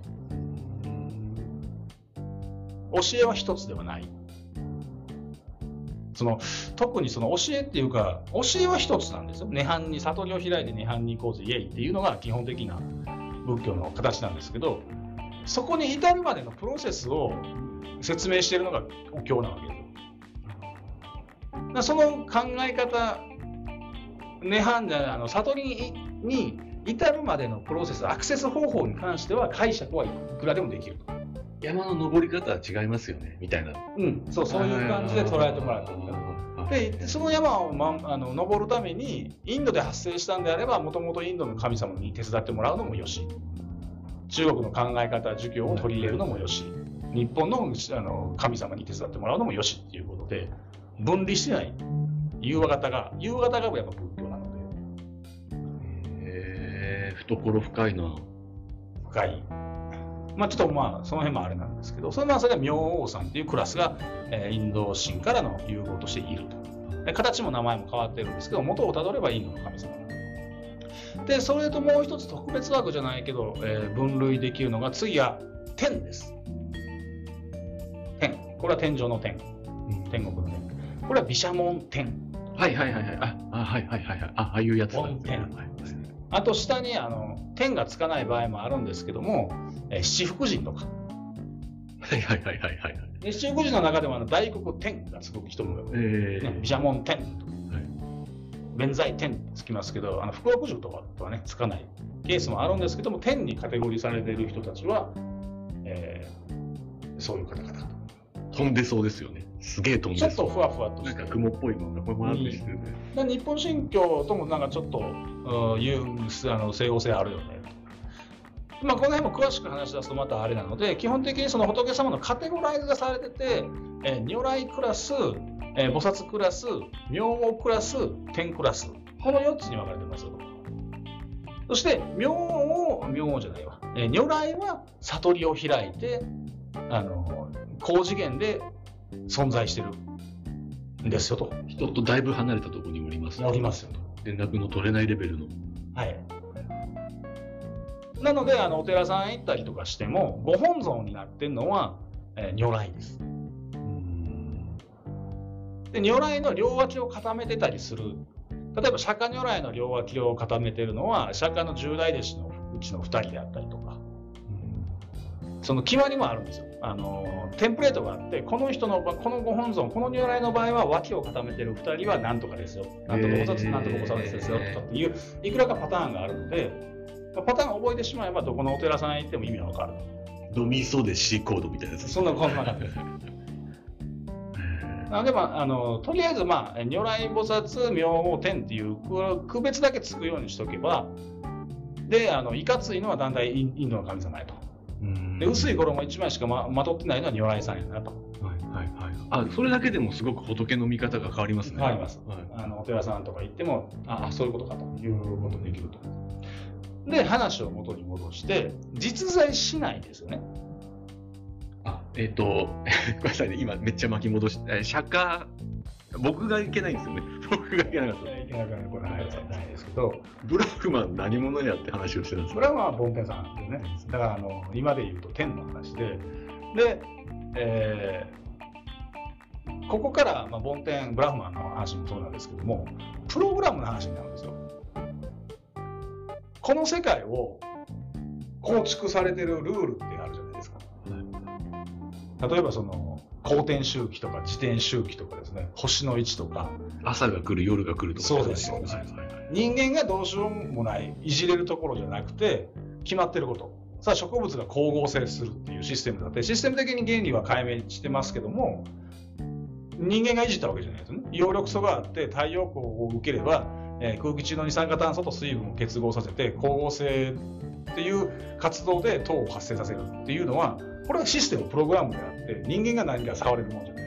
教えは一つではない。特にその教えっていうか、教えは一つなんですよ。涅槃に、悟りを開いて涅槃に行こうぜイエイっていうのが基本的な仏教の形なんですけど、そこに至るまでのプロセスを説明しているのがお経なわけです。その考え方、涅槃じゃない、悟りに至るまでのプロセス、アクセス方法に関しては解釈はいくらでもできると。 山の登り方は違いますよねみたいな。 そういう感じで捉えてもらってもいいかな。で、その山を、登るためにインドで発生したんであれば、もともとインドの神様に手伝ってもらうのもよし、中国の考え方、儒教を取り入れるのもよし、日本の神様に手伝ってもらうのもよしっていうことで、分離してない融和型がやっぱ仏教なので。 懐深いな。 深い。ちょっとその辺もあれなんですけど、それが明王さんっていうクラスが、インド神からの融合としていると。形も名前も変わってるんですけど、元をたどればインドの神様なんで。それともう一つ特別枠じゃないけど、分類できるのが次は天です。天。これは天上の天。天国の天。これは毘沙門天。 はい。ああいうやつなんですね。 あと下に天がつかない場合もあるんですけども、七福神とか。七福神の中でも大黒天がつく人も、毘沙門天とか、弁財天つきますけど、福禄寿とかとはねつかないケースもあるんですけども、天にカテゴリーされている人たちは、そういう方々と。 飛んでそうですよね。すげえ飛んでそう。 ちょっとふわふわとして、 なんか雲っぽいものがふわっとしてる。 日本神教ともなんかちょっと整合性あるよね。この辺も詳しく話し出すとまたあれなので、基本的にその仏様のカテゴライズがされてて、如来クラス、菩薩クラス、明王クラス、天クラス、この4つに分かれてます。そして明王じゃないわ、如来は悟りを開いて高次元で存在してるんですよと。 人とだいぶ離れたところにおりますおりますよと。 連絡の取れないレベルの。 はい。なのでお寺さん行ったりとかしてもご本尊になってるのは、如来です。で如来の両脇を固めてたりする。例えば釈迦如来の両脇を固めてるのは釈迦の10代弟子のうちの2人であったりとか、その決まりもあるんですよ。テンプレートがあって、この人のこのご本尊、この如来の場合は脇を固めてる2人は何とかですよ、何とか菩薩、何とか菩薩ですよとかっていういくらかパターンがあるので、パターンを覚えてしまえばどこのお寺さんへ行っても意味がわかる。 ドミソで C コードみたいなやつ。 そんな感じです。でもとりあえず如来菩薩明王天っていう区別だけつくようにしとけば、でいかついのはだんだんインドの神様やと。で薄い衣1枚しか まとってないのは如来さんやなと。 それだけでもすごく仏の見方が変わりますね。 変わります。お寺さんとか行ってもそういうことかということできると。で話を元に戻して実在しないですよね。 ごめんなさいね、今めっちゃ巻き戻して、釈迦、僕がいけないんですよね。僕がいけなかった。 いけなかった、これないですけど、 ブラフマン何者やって話をしてたんですか。 ブラフマンは梵天さんなんですね。だから今で言うと天の話で、 ここから、ボンテンブラフマンの話もそうなんですけども、プログラムの話になるんですよ。この世界を構築されてるルールってあるじゃないですか。例えばその公転周期とか自転周期とかですね、星の位置とか、 朝が来る夜が来るとか。 そうですよね。人間がどうしようもないいじれるところじゃなくて決まってること。さあ植物が光合成するっていうシステムだってシステム的に原理は解明してますけども、人間がいじったわけじゃないですね。葉緑素があって太陽光を受ければ、空気中の二酸化炭素と水分を結合させて光合成っていう活動で糖を発生させるっていうのは、これはシステムプログラムであって人間が何か触れるものじゃない。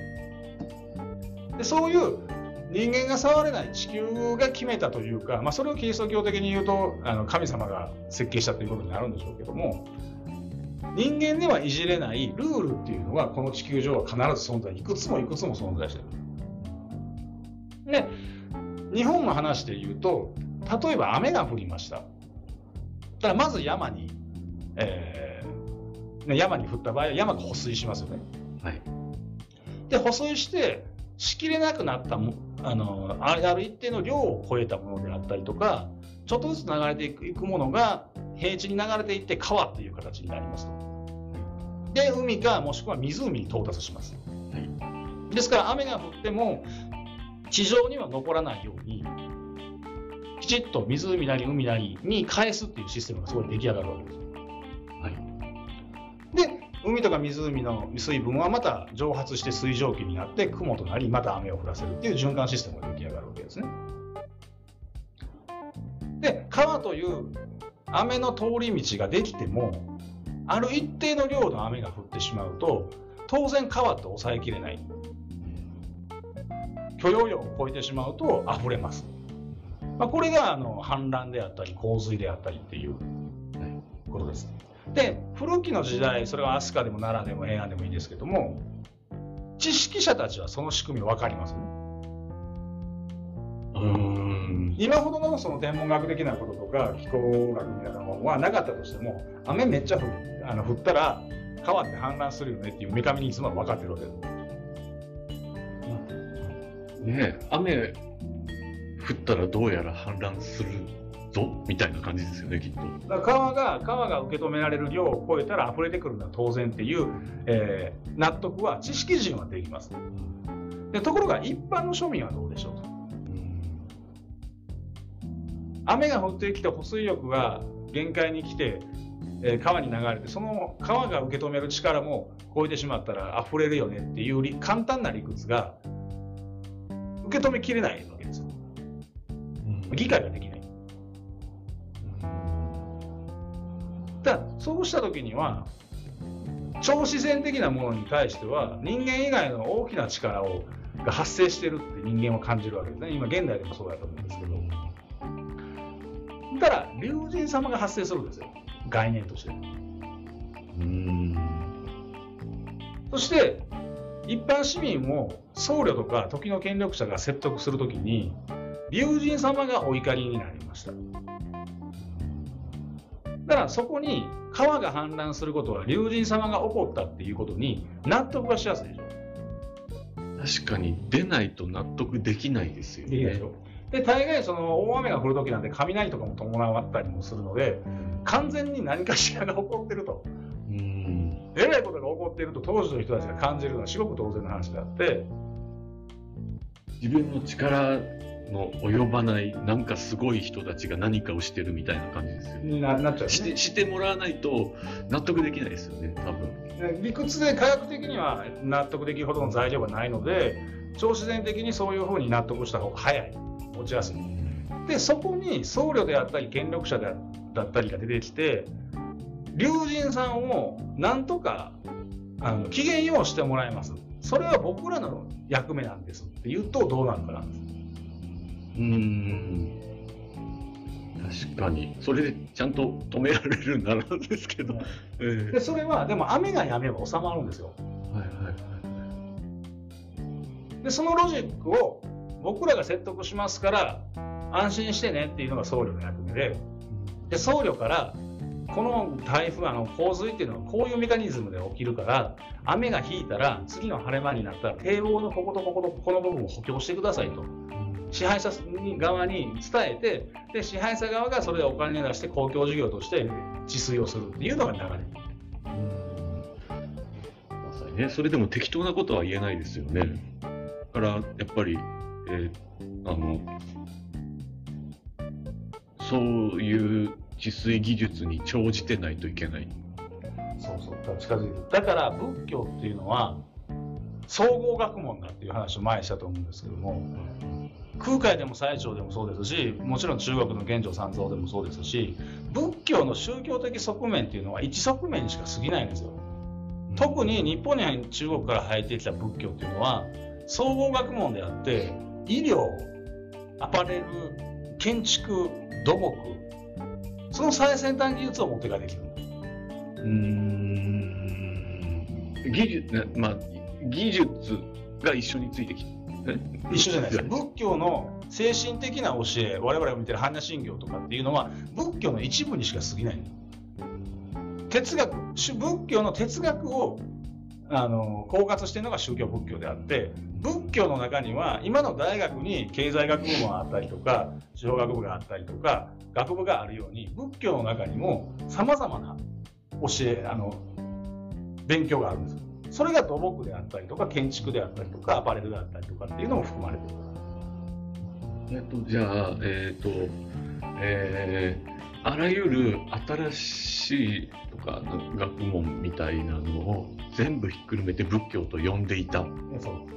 でそういう人間が触れない地球が決めたというか、それをキリスト教的に言うと神様が設計したということになるんでしょうけども、人間ではいじれないルールっていうのがこの地球上は必ず存在、いくつも存在してる。で日本の話で言うと、例えば雨が降りました。だからまず山に降った場合は山が保水しますよね。はい、で保水してしきれなくなったある一定の量を超えたものであったりとか、ちょっとずつ流れていくものが平地に流れていって川っていう形になりますと。で海かもしくは湖に到達します。はい、ですから雨が降っても地上には残らないようにきちっと湖なり海なりに返すっていうシステムがすごい出来上がるわけです。はい、で海とか湖の水分はまた蒸発して水蒸気になって雲となりまた雨を降らせるっていう循環システムが出来上がるわけですね。で川という雨の通り道ができてもある一定の量の雨が降ってしまうと当然川って抑えきれない。許容量を超えてしまうと溢れます。これが氾濫であったり洪水であったりっていうことです。で古きの時代、それは飛鳥でも奈良でも平安でもいいですけども、知識者たちはその仕組み分かりますね。今ほどのその天文学的なこととか気候学みたいなものはなかったとしても、雨めっちゃ降ったら川って氾濫するよねっていうメカニズムは分かってるわけです。 雨降ったらどうやら氾濫するぞみたいな感じですよね、きっと。 だから川が受け止められる量を超えたら溢れてくるのは当然っていう、納得は知識人はできます。でところが一般の庶民はどうでしょうと。雨が降ってきて保水力が限界に来て、川に流れてその川が受け止める力も超えてしまったら溢れるよねっていう簡単な理屈が受け止めきれないわけですよ。議会ができない。そうした時には超自然的なものに対しては人間以外の大きな力が発生してるって人間は感じるわけですね。今現代でもそうだと思うんですけど、だから龍神様が発生するんですよ、概念として。そして一般市民も僧侶とか時の権力者が説得するときに龍神様がお怒りになりました。だからそこに川が氾濫することは龍神様が起こったっていうことに納得がしやすいでしょ。 確かに出ないと納得できないですよね。 で大概その大雨が降るときなんで雷とかも伴ったりもするので、完全に何かしらが起こってると、えらいことが起こっていると当時の人たちが感じるのはすごく当然の話であって、 自分の力の及ばないなんかすごい人たちが何かをしてるみたいな感じですよね。 なっちゃう、ね、 してもらわないと納得できないですよね、多分。 理屈で科学的には納得できるほどの材料がないので、超自然的にそういうふうに納得した方が早い、持ちやすい。でそこに僧侶であったり権力者だったりが出てきて、龍神さんをなんとか機嫌ようしてもらいます、それは僕らの役目なんですって言うとどうなるかなんです。 確かにそれでちゃんと止められるならですけど、 でそれはでも雨がやめば収まるんですよ。でそのロジックを僕らが説得しますから安心してねっていうのが僧侶の役目で、僧侶からこの台風洪水っていうのはこういうメカニズムで起きるから、雨が引いたら次の晴れ間になったら堤防のこことこことこの部分を補強してくださいと支配者側に伝えて、で支配者側がそれでお金を出して公共事業として治水をするっていうのが流れ。 まさにね、それでも適当なことは言えないですよね。だからやっぱり、そういう治水技術に長じてないといけない。 そう近づいてる。だから仏教っていうのは総合学問だっていう話を前にしたと思うんですけども、空海でも最澄でもそうですし、もちろん中国の玄奘三蔵でもそうですし、仏教の宗教的側面っていうのは一側面にしか過ぎないんですよ。特に日本に中国から入ってきた仏教っていうのは総合学問であって、医療、アパレル、建築、土木、その最先端技術を持って帰ってきる。 技術が一緒についてきて一緒じゃないですか。仏教の精神的な教え、我々が見てる般若心経とかっていうのは仏教の一部にしか過ぎない。仏教の哲学を包括しているのが宗教仏教であって、仏教の中には今の大学に経済学部があったりとか司法学部があったりとか学部があるように、仏教の中にもさまざまな教え勉強があるんです。それが土木であったりとか建築であったりとかアパレルであったりとかっていうのも含まれている。 じゃあ、あらゆる新しいとかの学問みたいなのを全部ひっくるめて仏教と呼んでいた。 そうです。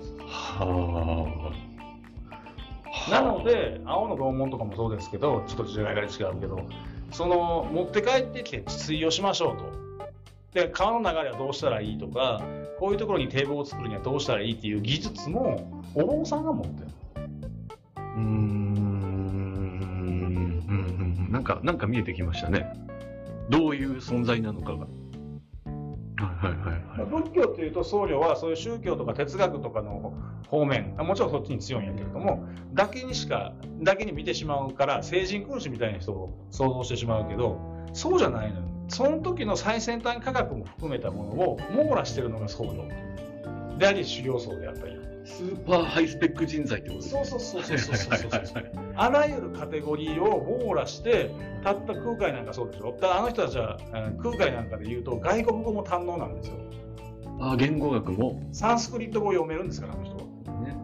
なので青の拷問とかもそうですけど、ちょっと時代が違うけど、その持って帰ってきて治水をしましょうと。で川の流れはどうしたらいいとか、こういうところに堤防を作るにはどうしたらいいっていう技術もお坊さんが持ってる。 なんか見えてきましたね。どういう存在なのかが。 仏教っていうと僧侶はそういう宗教とか哲学とかの方面、もちろんそっちに強いんやけれども、だけに見てしまうから聖人君子みたいな人を想像してしまうけど、そうじゃないのよ。その時の最先端科学も含めたものを網羅してるのが僧侶であり修行僧であったり、 スーパーハイスペック人材ってことですね。 そうあらゆるカテゴリーを網羅して、たった空海なんかそうでしょ。ただあの人たちは空海なんかで言うと外国語も堪能なんですよ。 言語学もサンスクリット語を読めるんですから、あの人は、ね。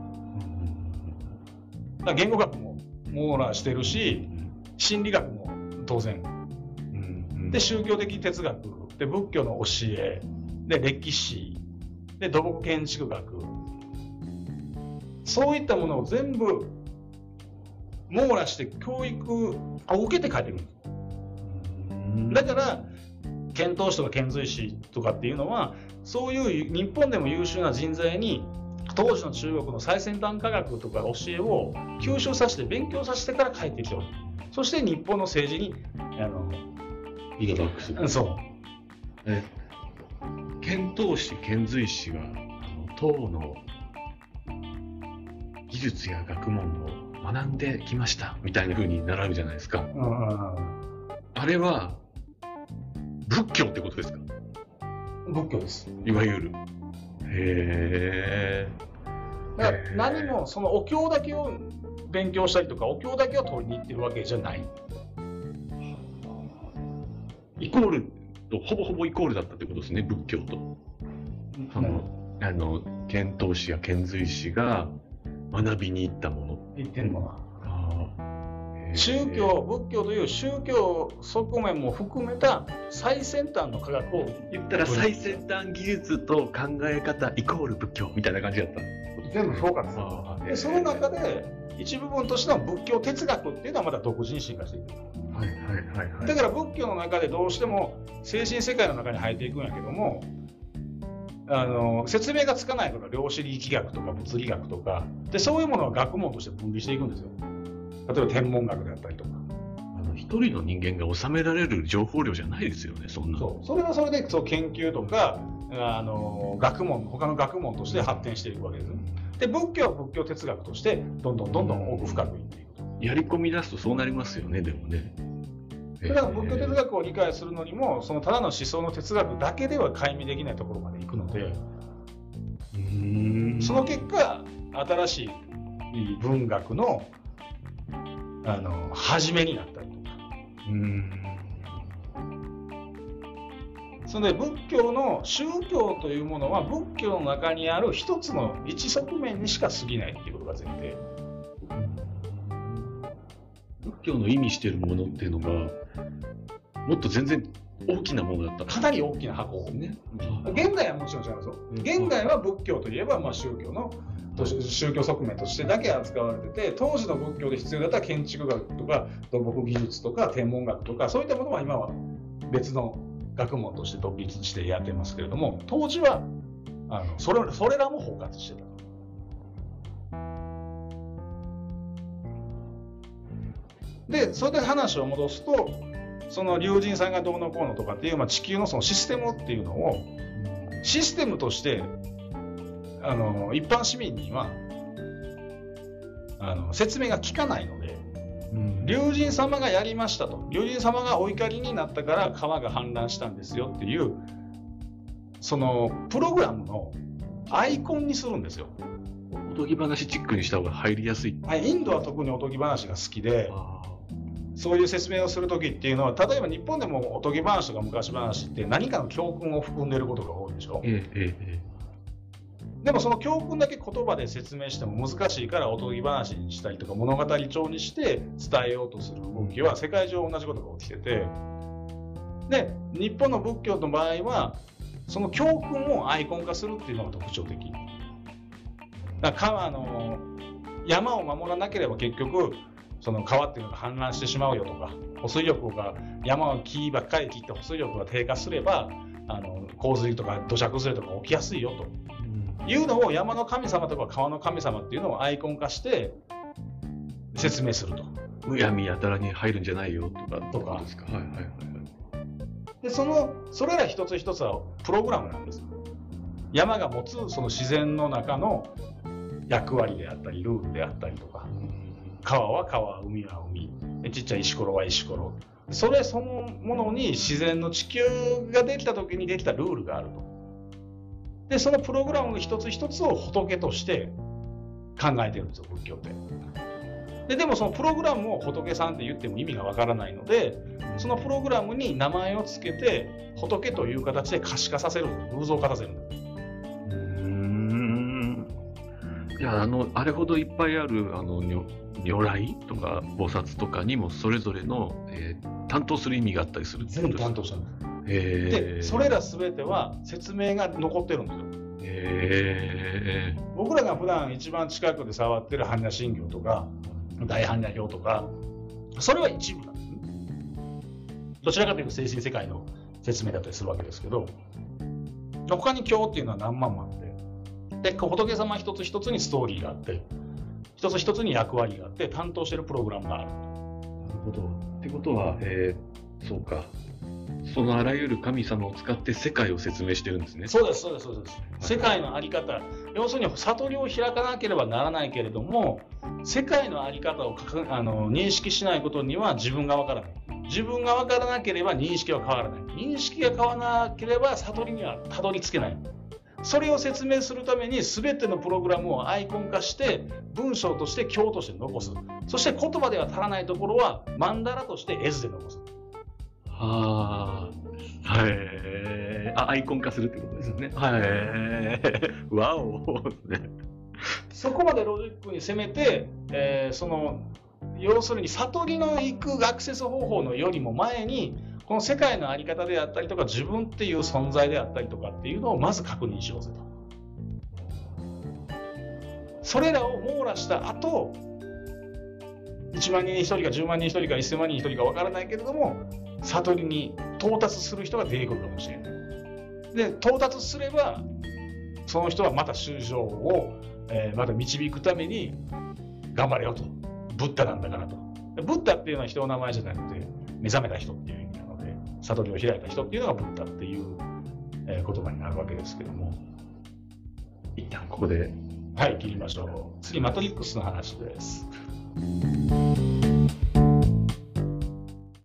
だから言語学も網羅してるし、心理学も当然。で宗教的哲学で仏教の教えで歴史で土木建築学、そういったものを全部網羅して教育を受けて帰ってくるんです。だから遣唐使とか遣隋使とかっていうのは、そういう日本でも優秀な人材に当時の中国の最先端科学とか教えを吸収させて勉強させてから帰ってきてほしい。そして日本の政治にフィードバックする。 そう。 遣唐使遣隋使が唐の技術や学問を学んできましたみたいな風に習うじゃないですか。あれは仏教ってことですか？ 仏教です。 いわゆる。 だから何もそのお経だけを勉強したりとか、お経だけを取りに行ってるわけじゃない。 イコールとほぼほぼイコールだったってことですね、仏教と。遣唐使や遣隋使が学びに行ったもの。 言ってるものは。宗教、仏教という宗教側面も含めた最先端の科学を言ったら、最先端技術と考え方イコール仏教みたいな感じだった。 全部評価です。その中で一部分としての仏教哲学っていうのはまだ独自に進化していく。だから仏教の中でどうしても精神世界の中に入っていくんやけども、説明がつかないから量子力学とか物理学とかで、そういうものは学問として分離していくんですよ。例えば天文学であったりとか。 一人の人間が収められる情報量じゃないですよね、そんな。 それはそれで研究とか学問、他の学問として発展していくわけです。で仏教は仏教哲学としてどんどん奥深くいっていくと。 やり込み出すとそうなりますよね。でもね、 だから仏教哲学を理解するのにもそのただの思想の哲学だけでは解明できないところまで行くので、その結果新しい文学の始めになったりとか。それで仏教の宗教というものは仏教の中にある一つの一側面にしか過ぎないっていうことが前提。 仏教の意味しているものっていうのがもっと全然大きなものだった。 かなり大きな箱をね。現代はもちろん違いますよ。現代は仏教といえば宗教側面としてだけ扱われてて、当時の仏教で必要だった建築学とか土木技術とか天文学とかそういったものは今は別の学問として独立してやってますけれども、当時はそれらも包括してた。でそれで話を戻すと、その龍神さんがどうのこうのとかっていう、地球のそのシステムっていうのをシステムとして一般市民には説明が効かないので、龍神様がやりましたと、龍神様がお怒りになったから川が氾濫したんですよっていうそのプログラムのアイコンにするんですよ。 おとぎ話チックにした方が入りやすい。 はい、インドは特におとぎ話が好きで、そういう説明をする時っていうのは、例えば日本でもおとぎ話とか昔話って何かの教訓を含んでいることが多いでしょ。でもその教訓だけ言葉で説明しても難しいからおとぎ話にしたりとか物語調にして伝えようとする動きは世界中同じことが起きてて、で日本の仏教の場合はその教訓をアイコン化するっていうのが特徴的だから。山を守らなければ結局その川っていうのが氾濫してしまうよとか、保水力が山を木ばっかり切って保水力が低下すれば洪水とか土砂崩れとか起きやすいよというのを、山の神様とか川の神様っていうのをアイコン化して説明すると。 むやみやたらに入るんじゃないよとかですか。でそれら一つ一つはプログラムなんです。山が持つその自然の中の役割であったりルールであったりとか、川は川、海は海、ちっちゃい石ころは石ころ、それそのものに自然の地球ができた時にできたルールがあると。でそのプログラムの一つ一つを仏として考えてるんですよ、仏教って。でもそのプログラムを仏さんって言っても意味がわからないので、そのプログラムに名前をつけて仏という形で可視化させる、偶像化させる。 いやあれほどいっぱいある如来とか菩薩とかにもそれぞれの、担当する意味があったりする。 全部担当したんです。でそれら全ては説明が残ってるんですよ。僕らが普段一番近くで触ってる般若心経とか大般若経とか、それは一部なんですね。どちらかというと精神世界の説明だったりするわけですけど、他に経っていうのは何万もあって、で仏様一つ一つにストーリーがあって、一つ一つに役割があって、担当しているプログラムがある。なるほど。ってことは、そうか、そのあらゆる神様を使って世界を説明してるんですね。 そうです。世界の在り方、要するに悟りを開かなければならないけれども、世界の在り方を認識しないことには自分がわからない。自分がわからなければ認識は変わらない。認識が変わらなければ悟りにはたどり着けない。それを説明するために全てのプログラムをアイコン化して文章として経として残す。そして言葉では足らないところはマンダラとして絵図で残す。 アイコン化するってことですよね。わお。 そこまでロジックに攻めて、要するに悟りの行くアクセス方法のよりも前に、この世界の在り方であったりとか自分っていう存在であったりとかっていうのをまず確認しようぜと。それらを網羅した後、1万人に1人か10万人に1人か1000万人に1人か分からないけれども、悟りに到達する人が出てくるかもしれない。で到達すればその人はまた衆生を、また導くために頑張れよと。ブッダなんだからと。ブッダっていうのは人の名前じゃなくて目覚めた人っていう意味なので、悟りを開いた人っていうのがブッダっていう、言葉になるわけですけども、 一旦ここで切りましょう。次マトリックスの話です。